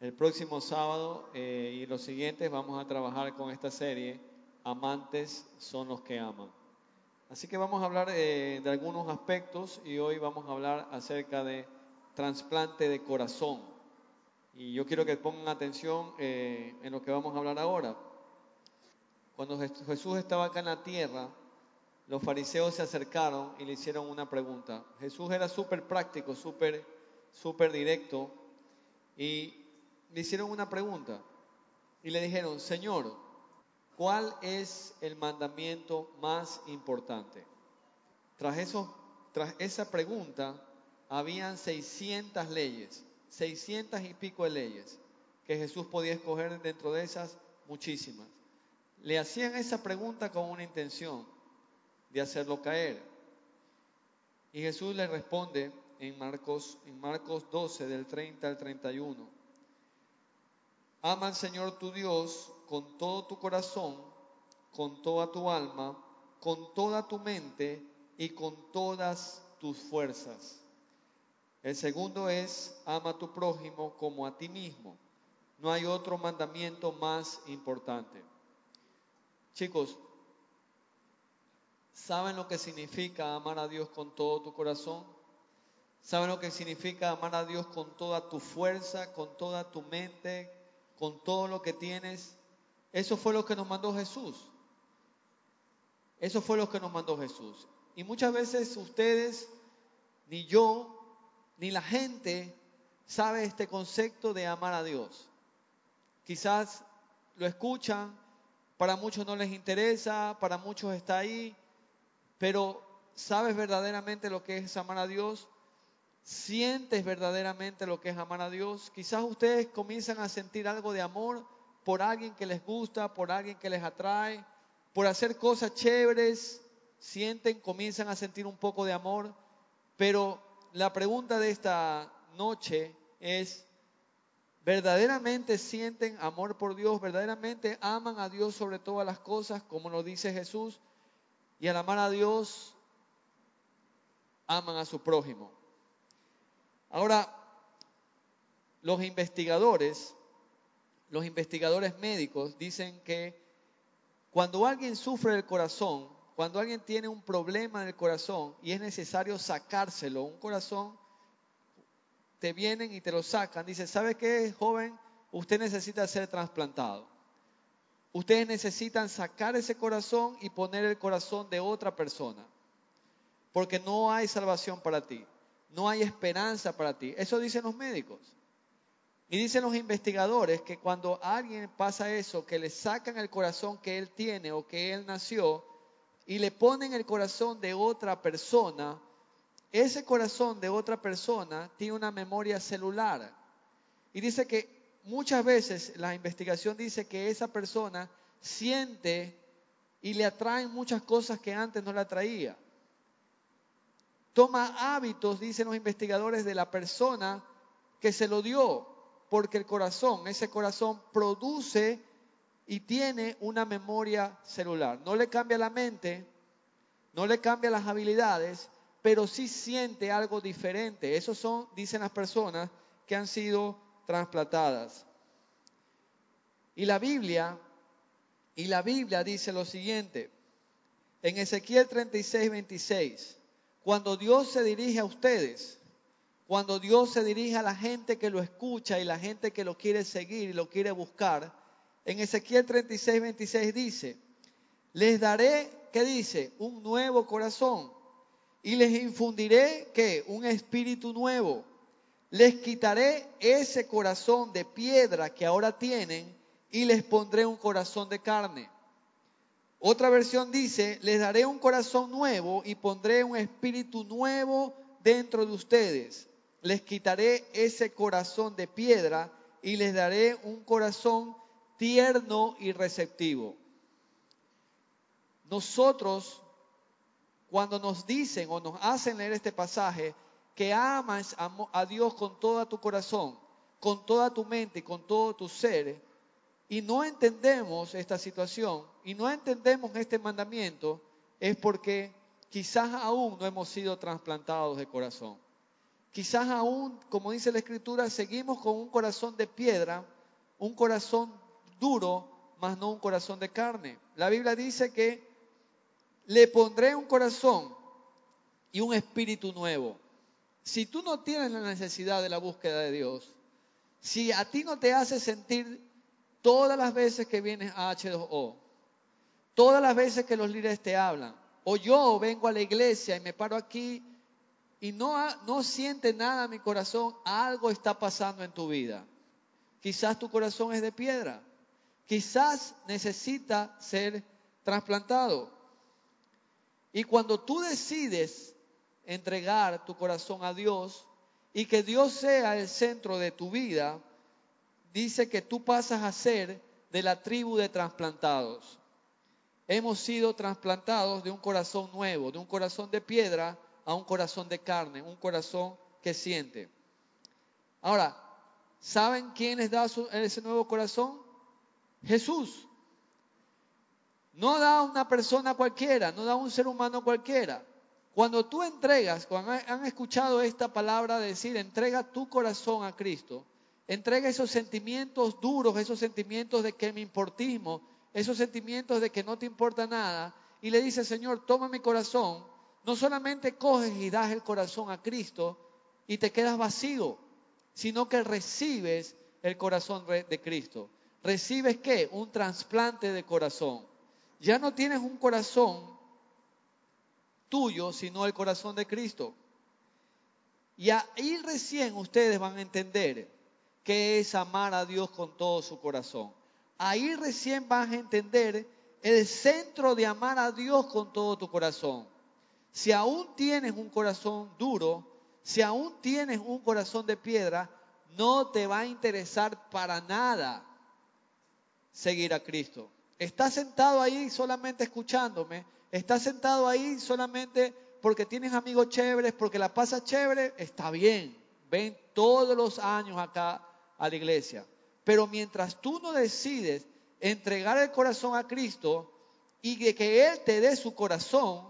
El próximo sábado y los siguientes vamos a trabajar con esta serie, Amantes son los que aman. Así que vamos a hablar de algunos aspectos y hoy vamos a hablar acerca de trasplante de corazón. Y yo quiero que pongan atención en lo que vamos a hablar ahora. Cuando Jesús estaba acá en la tierra, los fariseos se acercaron y le hicieron una pregunta. Jesús era súper práctico, súper directo, y le hicieron una pregunta y le dijeron: Señor, ¿cuál es el mandamiento más importante? Tras esa pregunta, habían 600 leyes, 600 y pico de leyes, que Jesús podía escoger dentro de esas, muchísimas. Le hacían esa pregunta con una intención de hacerlo caer. Y Jesús le responde en Marcos 12, del 30 al 31. Ama al Señor tu Dios con todo tu corazón, con toda tu alma, con toda tu mente y con todas tus fuerzas. El segundo es: ama a tu prójimo como a ti mismo. No hay otro mandamiento más importante. Chicos, ¿saben lo que significa amar a Dios con todo tu corazón? ¿Saben lo que significa amar a Dios con toda tu fuerza, con toda tu mente, con todo lo que tienes? Eso fue lo que nos mandó Jesús. Eso fue lo que nos mandó Jesús. Y muchas veces ustedes, ni yo, ni la gente sabe este concepto de amar a Dios. Quizás lo escuchan, para muchos no les interesa, para muchos está ahí, pero ¿sabes verdaderamente lo que es amar a Dios? ¿Sientes verdaderamente lo que es amar a Dios? Quizás ustedes comienzan a sentir algo de amor por alguien que les gusta, por alguien que les atrae, por hacer cosas chéveres, comienzan a sentir un poco de amor. Pero la pregunta de esta noche es: ¿verdaderamente sienten amor por Dios? ¿Verdaderamente aman a Dios sobre todas las cosas, como lo dice Jesús? Y al amar a Dios, aman a su prójimo. Ahora, los investigadores médicos dicen que cuando alguien sufre del corazón, cuando alguien tiene un problema en el corazón y es necesario sacárselo, un corazón, te vienen y te lo sacan, dicen: ¿sabe qué, joven? Usted necesita ser trasplantado. Ustedes necesitan sacar ese corazón y poner el corazón de otra persona, porque no hay salvación para ti, no hay esperanza para ti. Eso dicen los médicos. Y dicen los investigadores que cuando a alguien pasa eso, que le sacan el corazón que él tiene o que él nació y le ponen el corazón de otra persona, ese corazón de otra persona tiene una memoria celular. Y dice que muchas veces la investigación dice que esa persona siente y le atraen muchas cosas que antes no le atraía. Toma hábitos, dicen los investigadores, de la persona que se lo dio, porque ese corazón produce y tiene una memoria celular. No le cambia la mente, no le cambia las habilidades, pero sí siente algo diferente. Esos son, dicen las personas que han sido trasplantadas. Y la Biblia dice lo siguiente, en Ezequiel 36, 26, cuando Dios se dirige a ustedes, cuando Dios se dirige a la gente que lo escucha y la gente que lo quiere seguir y lo quiere buscar, en Ezequiel 36, 26 dice: les daré, ¿qué dice? Un nuevo corazón, y les infundiré, ¿qué? Un espíritu nuevo. Les quitaré ese corazón de piedra que ahora tienen y les pondré un corazón de carne. Otra versión dice: les daré un corazón nuevo y pondré un espíritu nuevo dentro de ustedes. Les quitaré ese corazón de piedra y les daré un corazón tierno y receptivo. Nosotros, cuando nos dicen o nos hacen leer este pasaje, que amas a Dios con todo tu corazón, con toda tu mente y con todo tu ser, y no entendemos esta situación y no entendemos este mandamiento, es porque quizás aún no hemos sido trasplantados de corazón. quizás aún, como dice la Escritura, seguimos con un corazón de piedra, un corazón duro, mas no un corazón de carne. La Biblia dice que le pondré un corazón y un espíritu nuevo. Si tú no tienes la necesidad de la búsqueda de Dios, si a ti no te hace sentir todas las veces que vienes a H2O, todas las veces que los líderes te hablan, o yo vengo a la iglesia y me paro aquí y no siente nada en mi corazón, algo está pasando en tu vida. Quizás tu corazón es de piedra, quizás necesita ser trasplantado. Y cuando tú decides entregar tu corazón a Dios y que Dios sea el centro de tu vida, dice que tú pasas a ser de la tribu de trasplantados. Hemos sido trasplantados de un corazón nuevo, de un corazón de piedra a un corazón de carne, un corazón que siente. Ahora, ¿saben quién les da ese nuevo corazón? Jesús. No da a una persona cualquiera, no da a un ser humano cualquiera. Cuando tú entregas, cuando han escuchado esta palabra de decir, entrega tu corazón a Cristo, entrega esos sentimientos duros, esos sentimientos de que me importismo, esos sentimientos de que no te importa nada, y le dices, Señor, toma mi corazón, no solamente coges y das el corazón a Cristo y te quedas vacío, sino que recibes el corazón de Cristo. ¿Recibes qué? Un trasplante de corazón. Ya no tienes un corazón tuyo, sino el corazón de Cristo. Y ahí recién ustedes van a entender qué es amar a Dios con todo su corazón. Ahí recién vas a entender el centro de amar a Dios con todo tu corazón. Si aún tienes un corazón duro, si aún tienes un corazón de piedra, no te va a interesar para nada seguir a Cristo. Estás sentado ahí solamente escuchándome, estás sentado ahí solamente porque tienes amigos chéveres, porque la pasas chévere, está bien, ven todos los años acá a la iglesia. Pero mientras tú no decides entregar el corazón a Cristo y de que Él te dé su corazón,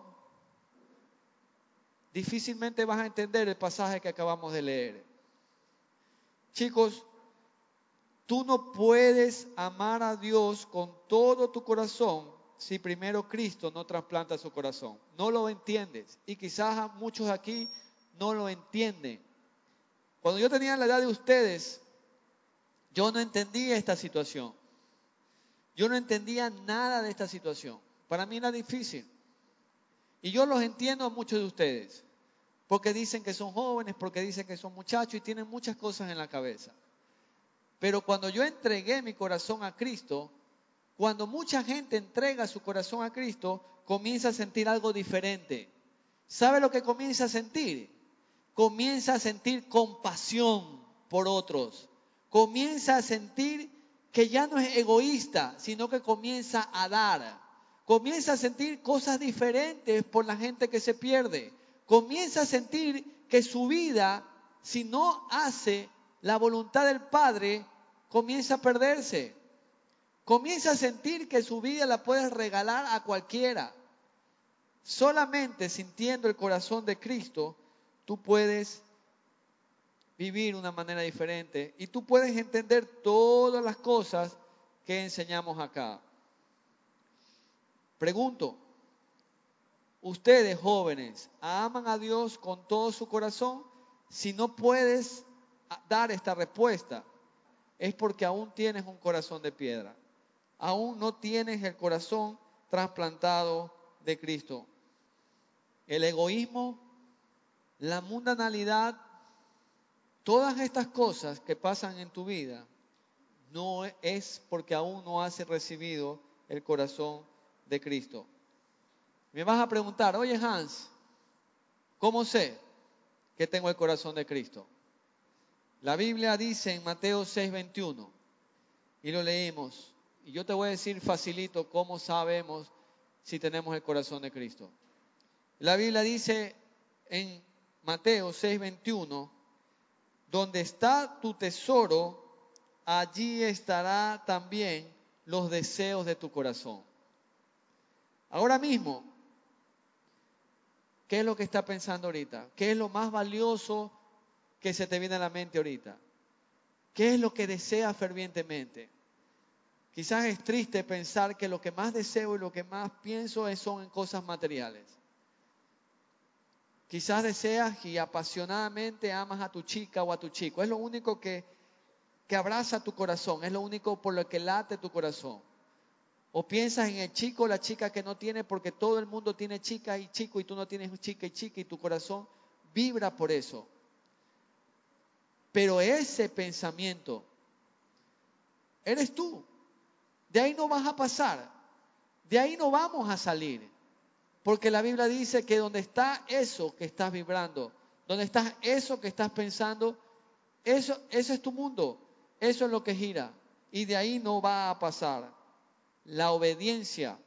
difícilmente vas a entender el pasaje que acabamos de leer. Chicos, tú no puedes amar a Dios con todo tu corazón si primero Cristo no trasplanta su corazón. No lo entiendes. Y quizás a muchos aquí no lo entienden. Cuando yo tenía la edad de ustedes, yo no entendía esta situación. Yo no entendía nada de esta situación. Para mí era difícil. Y yo los entiendo a muchos de ustedes. Porque dicen que son jóvenes, porque dicen que son muchachos y tienen muchas cosas en la cabeza. Pero cuando yo entregué mi corazón a Cristo, cuando mucha gente entrega su corazón a Cristo, comienza a sentir algo diferente. ¿Sabe lo que comienza a sentir? Comienza a sentir compasión por otros. Comienza a sentir que ya no es egoísta, sino que comienza a dar. Comienza a sentir cosas diferentes por la gente que se pierde. Comienza a sentir que su vida, si no hace la voluntad del Padre, comienza a perderse. Comienza a sentir que su vida la puedes regalar a cualquiera. Solamente sintiendo el corazón de Cristo, tú puedes vivir de una manera diferente y tú puedes entender todas las cosas que enseñamos acá. Pregunto, ustedes jóvenes, ¿aman a Dios con todo su corazón? Si no puedes dar esta respuesta, es porque aún tienes un corazón de piedra. Aún no tienes el corazón trasplantado de Cristo. El egoísmo, la mundanalidad, todas estas cosas que pasan en tu vida, no es porque aún no has recibido el corazón de Cristo. Me vas a preguntar, oye Hans, ¿cómo sé que tengo el corazón de Cristo? La Biblia dice en Mateo 6:21, y lo leímos, y yo te voy a decir facilito cómo sabemos si tenemos el corazón de Cristo. La Biblia dice en Mateo 6:21, donde está tu tesoro, allí estará también los deseos de tu corazón. Ahora mismo, ¿qué es lo que está pensando ahorita? ¿Qué es lo más valioso que se te viene a la mente ahorita? ¿Qué es lo que deseas fervientemente? Quizás es triste pensar que lo que más deseo y lo que más pienso son en cosas materiales. Quizás deseas y apasionadamente amas a tu chica o a tu chico. Es lo único que abraza tu corazón. Es lo único por lo que late tu corazón. O piensas en el chico o la chica que no tiene porque todo el mundo tiene chica y chico y tú no tienes chica y chica y tu corazón vibra por eso. Pero ese pensamiento eres tú. De ahí no vas a pasar. De ahí no vamos a salir. Porque la Biblia dice que donde está eso que estás vibrando, donde está eso que estás pensando, eso es tu mundo. Eso es lo que gira. Y de ahí no va a pasar. La obediencia,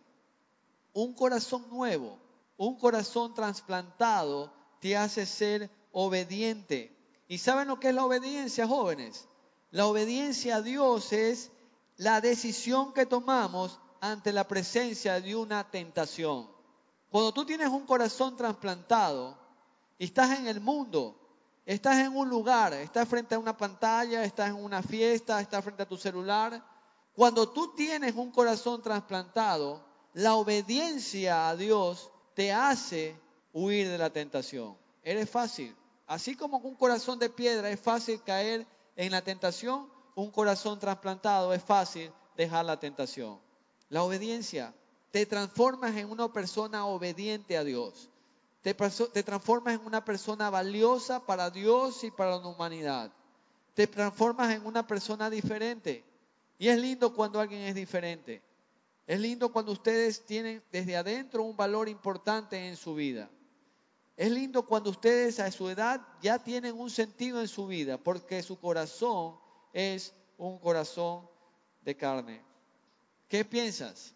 un corazón nuevo, un corazón trasplantado te hace ser obediente. ¿Y saben lo que es la obediencia, jóvenes? La obediencia a Dios es la decisión que tomamos ante la presencia de una tentación. Cuando tú tienes un corazón trasplantado y estás en el mundo, estás en un lugar, estás frente a una pantalla, estás en una fiesta, estás frente a tu celular. Cuando tú tienes un corazón trasplantado, la obediencia a Dios te hace huir de la tentación. Eres fácil. Así como un corazón de piedra es fácil caer en la tentación, un corazón trasplantado es fácil dejar la tentación. La obediencia. Te transformas en una persona obediente a Dios. Te transformas en una persona valiosa para Dios y para la humanidad. Te transformas en una persona diferente. Y es lindo cuando alguien es diferente. Es lindo cuando ustedes tienen desde adentro un valor importante en su vida. Es lindo cuando ustedes a su edad ya tienen un sentido en su vida, porque su corazón es un corazón de carne. ¿Qué piensas?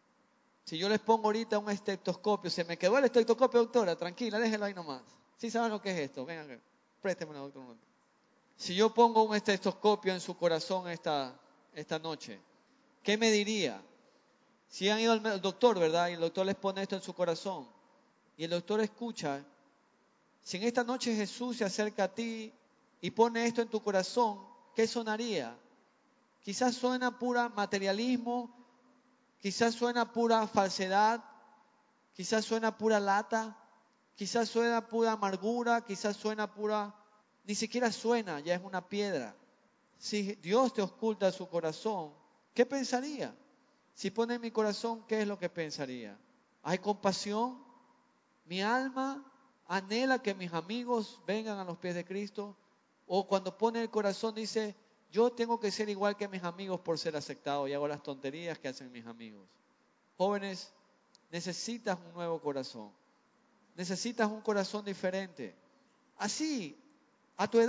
Si yo les pongo ahorita un estetoscopio, se me quedó el estetoscopio, doctora, tranquila, déjelo ahí nomás. ¿Sí saben lo que es esto? Vengan, préstemelo, doctor. Si yo pongo un estetoscopio en su corazón esta noche, ¿qué me diría? Si han ido al doctor, ¿verdad? Y el doctor les pone esto en su corazón. Y el doctor escucha. Si en esta noche Jesús se acerca a ti y pone esto en tu corazón, ¿qué sonaría? Quizás suena pura materialismo, quizás suena pura falsedad, quizás suena pura lata, quizás suena pura amargura, quizás suena pura... Ni siquiera suena, ya es una piedra. Si Dios te oculta su corazón, ¿qué pensaría? Si pone en mi corazón, ¿qué es lo que pensaría? ¿Hay compasión? ¿Mi alma anhela que mis amigos vengan a los pies de Cristo? O cuando pone el corazón dice, yo tengo que ser igual que mis amigos por ser aceptado y hago las tonterías que hacen mis amigos. Jóvenes, necesitas un nuevo corazón. Necesitas un corazón diferente. Así, a tu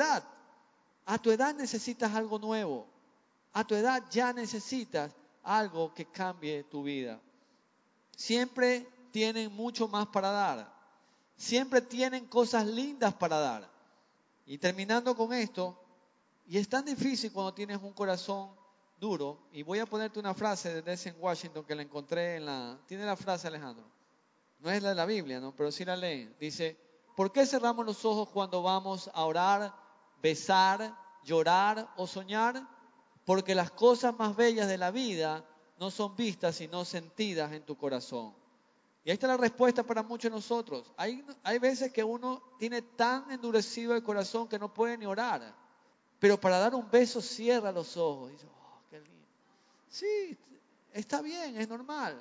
edad necesitas algo nuevo. A tu edad ya necesitas algo que cambie tu vida. Siempre tienen mucho más para dar. Siempre tienen cosas lindas para dar. Y terminando con esto, y es tan difícil cuando tienes un corazón duro, y voy a ponerte una frase de Denzel Washington que la encontré ¿Tiene la frase, Alejandro? No es la de la Biblia, ¿no? Pero sí la leen. Dice, ¿por qué cerramos los ojos cuando vamos a orar, besar, llorar o soñar? Porque las cosas más bellas de la vida no son vistas sino sentidas en tu corazón. Y ahí está la respuesta para muchos de nosotros. Hay veces que uno tiene tan endurecido el corazón que no puede ni orar. Pero para dar un beso cierra los ojos. Y dice, oh, qué lindo. Sí, está bien, es normal.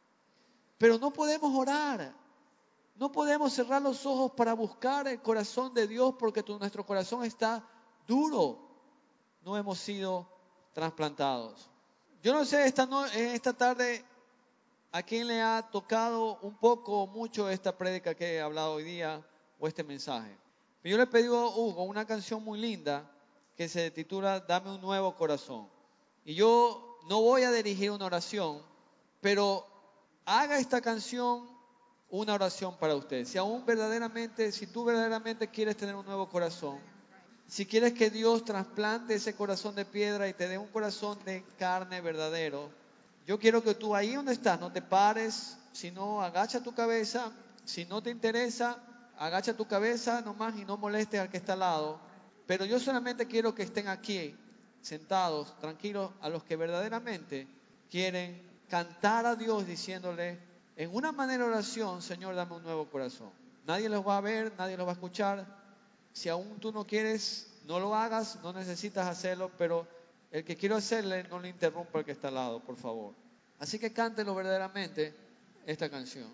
Pero no podemos orar. No podemos cerrar los ojos para buscar el corazón de Dios porque nuestro corazón está duro. No hemos sido trasplantados. Yo no sé esta tarde a quién le ha tocado un poco o mucho esta prédica que he hablado hoy día o este mensaje. Yo le he pedido a Hugo una canción muy linda que se titula Dame un nuevo corazón. Y yo no voy a dirigir una oración, pero haga esta canción una oración para usted. Si tú verdaderamente quieres tener un nuevo corazón, si quieres que Dios trasplante ese corazón de piedra y te dé un corazón de carne verdadero, yo quiero que tú ahí donde estás, no te pares, sino agacha tu cabeza. Si no te interesa, agacha tu cabeza nomás y no molestes al que está al lado. Pero yo solamente quiero que estén aquí, sentados, tranquilos, a los que verdaderamente quieren cantar a Dios diciéndole en una manera de oración: Señor, dame un nuevo corazón. Nadie los va a ver, nadie los va a escuchar. Si aún tú no quieres, no lo hagas, no necesitas hacerlo, pero el que quiero hacerle, no le interrumpa al que está al lado, por favor. Así que cántelo verdaderamente esta canción.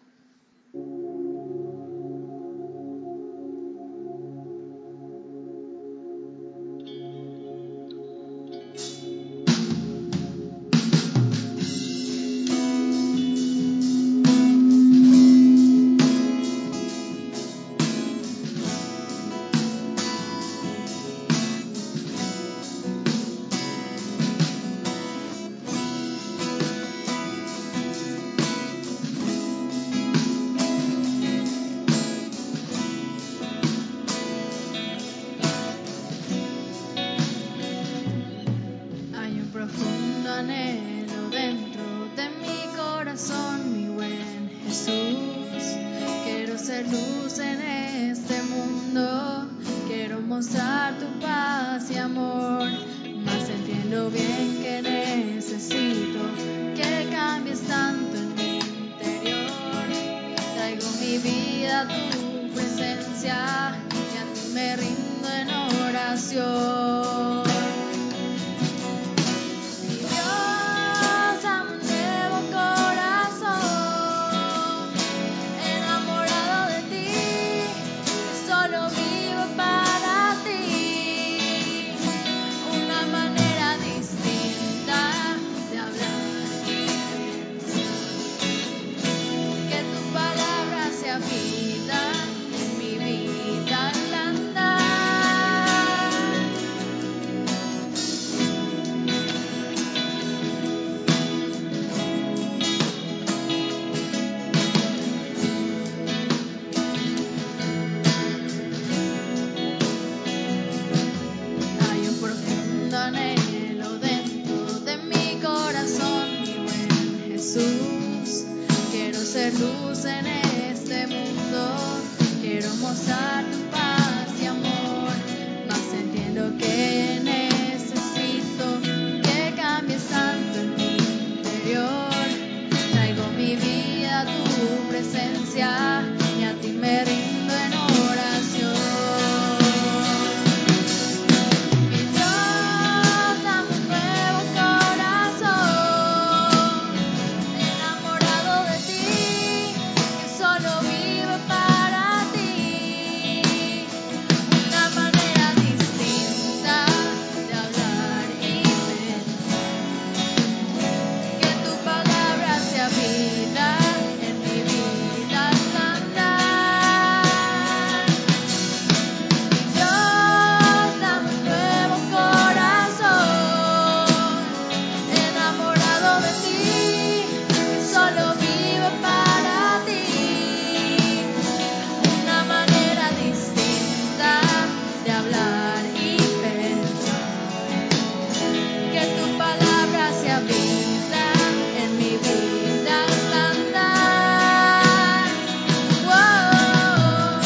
Hay un profundo anhelo dentro de mi corazón, mi buen Jesús. Quiero ser luz en este mundo, quiero mostrar tu paz y amor. Mas entiendo bien que necesito que cambies tanto en mi interior. Traigo mi vida a tu presencia y a ti me rindo en oración. Mi Dios, dame un nuevo corazón, enamorado de ti, que solo vivo para ti. Una manera distinta de hablar y pensar. Que tu palabra sea vida en mi vida al andar. Hay un profundo anhelo dentro de mi corazón, mi buen Jesús. Quiero ser luz en este mundo, quiero mostrar tu paz y amor. Mas entiendo que necesito que cambies tanto en mi interior. Traigo mi vida a tu presencia y a ti me rindo en oración. Mi Dios, dame un nuevo corazón, enamorado de ti, que solo vivo para ti. Una manera distinta de hablar y pensar. Que tu palabra sea vida en mi vida al andar. Dios, dame un nuevo corazón, enamorado de ti, que solo vivo para ti. Una manera distinta de hablar y pensar. Que tu palabra sea vida en mi vida al andar. Wow.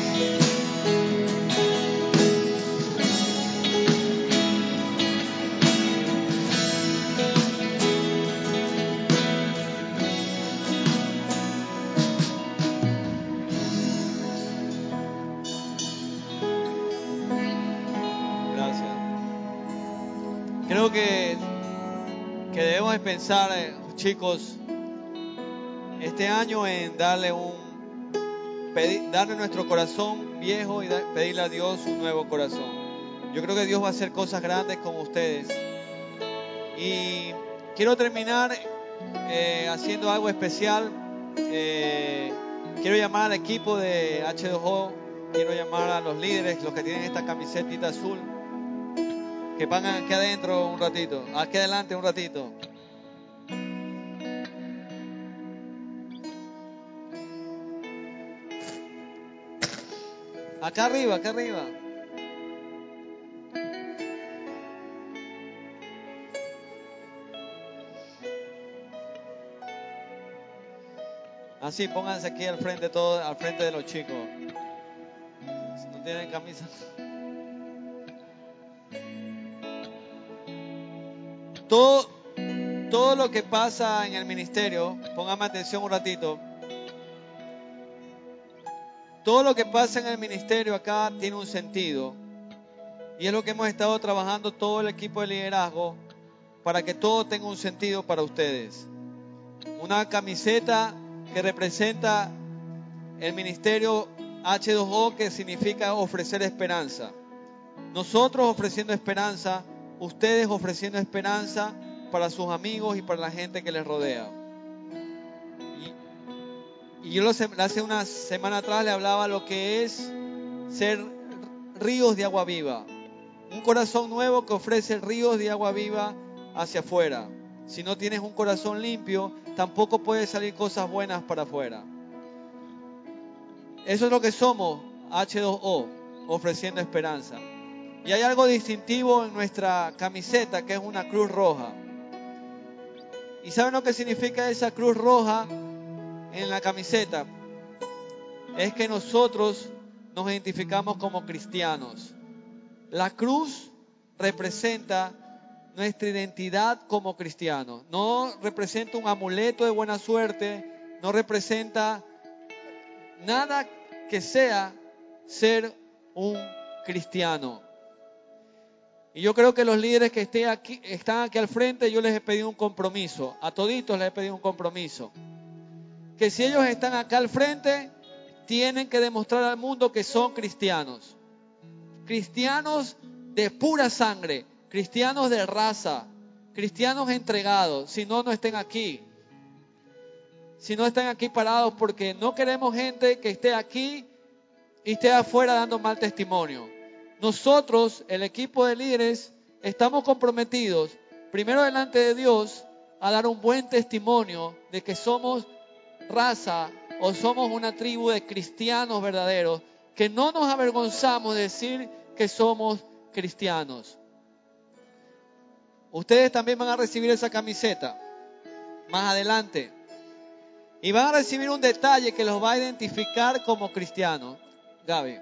Gracias. Creo que debemos de pensar, chicos, este año en darle nuestro corazón viejo y pedirle a Dios un nuevo corazón. Yo creo que Dios va a hacer cosas grandes con ustedes. Y quiero terminar haciendo algo especial. Quiero llamar al equipo de H2O, quiero llamar a los líderes, los que tienen esta camisetita azul, que pongan aquí adentro un ratito, aquí adelante un ratito. Acá arriba, acá arriba. Así, pónganse aquí al frente al frente de los chicos. Si no tienen camisa. Todo lo que pasa en el ministerio, póngame atención un ratito. Todo lo que pasa en el ministerio acá tiene un sentido. Y es lo que hemos estado trabajando todo el equipo de liderazgo para que todo tenga un sentido para ustedes. Una camiseta que representa el ministerio H2O, que significa ofrecer esperanza. Nosotros ofreciendo esperanza, ustedes ofreciendo esperanza para sus amigos y para la gente que les rodea. Y yo hace una semana atrás le hablaba lo que es ser ríos de agua viva. Un corazón nuevo que ofrece ríos de agua viva hacia afuera. Si no tienes un corazón limpio, tampoco puede salir cosas buenas para afuera. Eso es lo que somos, H2O, ofreciendo esperanza. Y hay algo distintivo en nuestra camiseta, que es una cruz roja. ¿Y saben lo que significa esa cruz roja en la camiseta? Es que nosotros nos identificamos como cristianos. La cruz representa nuestra identidad como cristianos. No representa un amuleto de buena suerte, no representa nada que sea ser un cristiano. Y yo creo que los líderes que están aquí al frente, yo les he pedido un compromiso. A toditos les he pedido un compromiso. Que si ellos están acá al frente, tienen que demostrar al mundo que son cristianos. Cristianos de pura sangre, cristianos de raza, cristianos entregados. Si no, no estén aquí. Si no están aquí parados, porque no queremos gente que esté aquí y esté afuera dando mal testimonio. Nosotros, el equipo de líderes, estamos comprometidos, primero delante de Dios, a dar un buen testimonio de que somos raza o somos una tribu de cristianos verdaderos, que no nos avergonzamos de decir que somos cristianos. Ustedes también van a recibir esa camiseta más adelante y van a recibir un detalle que los va a identificar como cristianos. Gaby,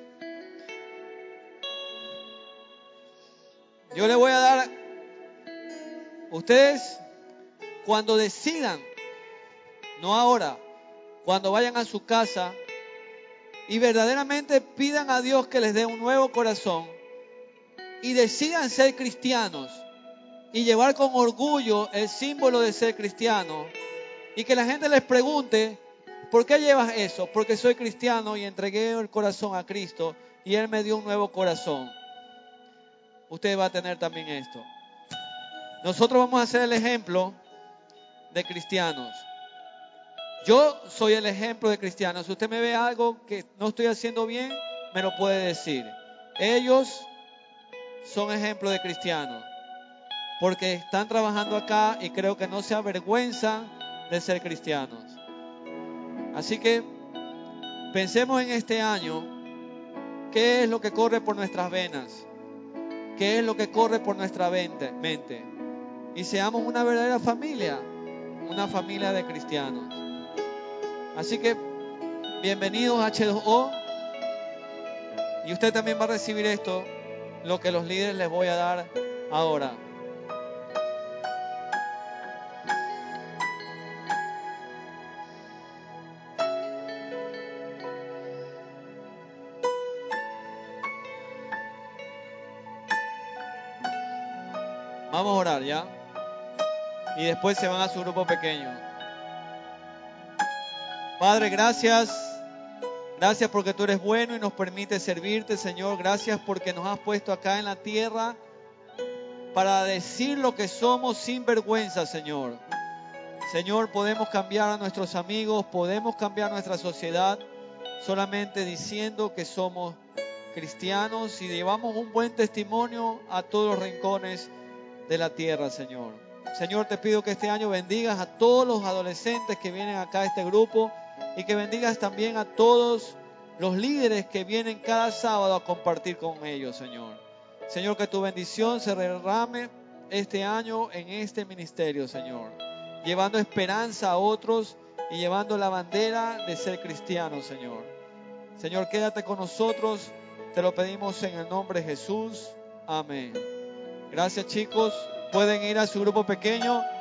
yo le voy a dar, ustedes cuando decidan, no ahora, cuando vayan a su casa y verdaderamente pidan a Dios que les dé un nuevo corazón y decidan ser cristianos y llevar con orgullo el símbolo de ser cristiano, y que la gente les pregunte, ¿por qué llevas eso? Porque soy cristiano y entregué el corazón a Cristo y Él me dio un nuevo corazón. Usted va a tener también esto. Nosotros vamos a ser el ejemplo de cristianos. Yo soy el ejemplo de cristianos. Si usted me ve algo que no estoy haciendo bien, me lo puede decir. Ellos son ejemplos de cristianos, porque están trabajando acá y creo que no se avergüenzan de ser cristianos. Así que pensemos en este año, ¿qué es lo que corre por nuestras venas? ¿Qué es lo que corre por nuestra mente? Y seamos una verdadera familia, una familia de cristianos. Así que bienvenidos a H2O, y usted también va a recibir esto, lo que los líderes les voy a dar ahora. Vamos a orar ya. Y después se van a su grupo pequeño. Padre, gracias. Gracias porque tú eres bueno y nos permite servirte, Señor. Gracias porque nos has puesto acá en la tierra para decir lo que somos sin vergüenza, Señor. Señor, podemos cambiar a nuestros amigos, podemos cambiar nuestra sociedad solamente diciendo que somos cristianos y llevamos un buen testimonio a todos los rincones de la tierra, Señor. Señor, te pido que este año bendigas a todos los adolescentes que vienen acá a este grupo y que bendigas también a todos los líderes que vienen cada sábado a compartir con ellos, Señor. Señor, que tu bendición se derrame este año en este ministerio, Señor, llevando esperanza a otros y llevando la bandera de ser cristianos, Señor. Señor, quédate con nosotros, te lo pedimos en el nombre de Jesús. Amén. Gracias, chicos. pueden ir a su grupo pequeño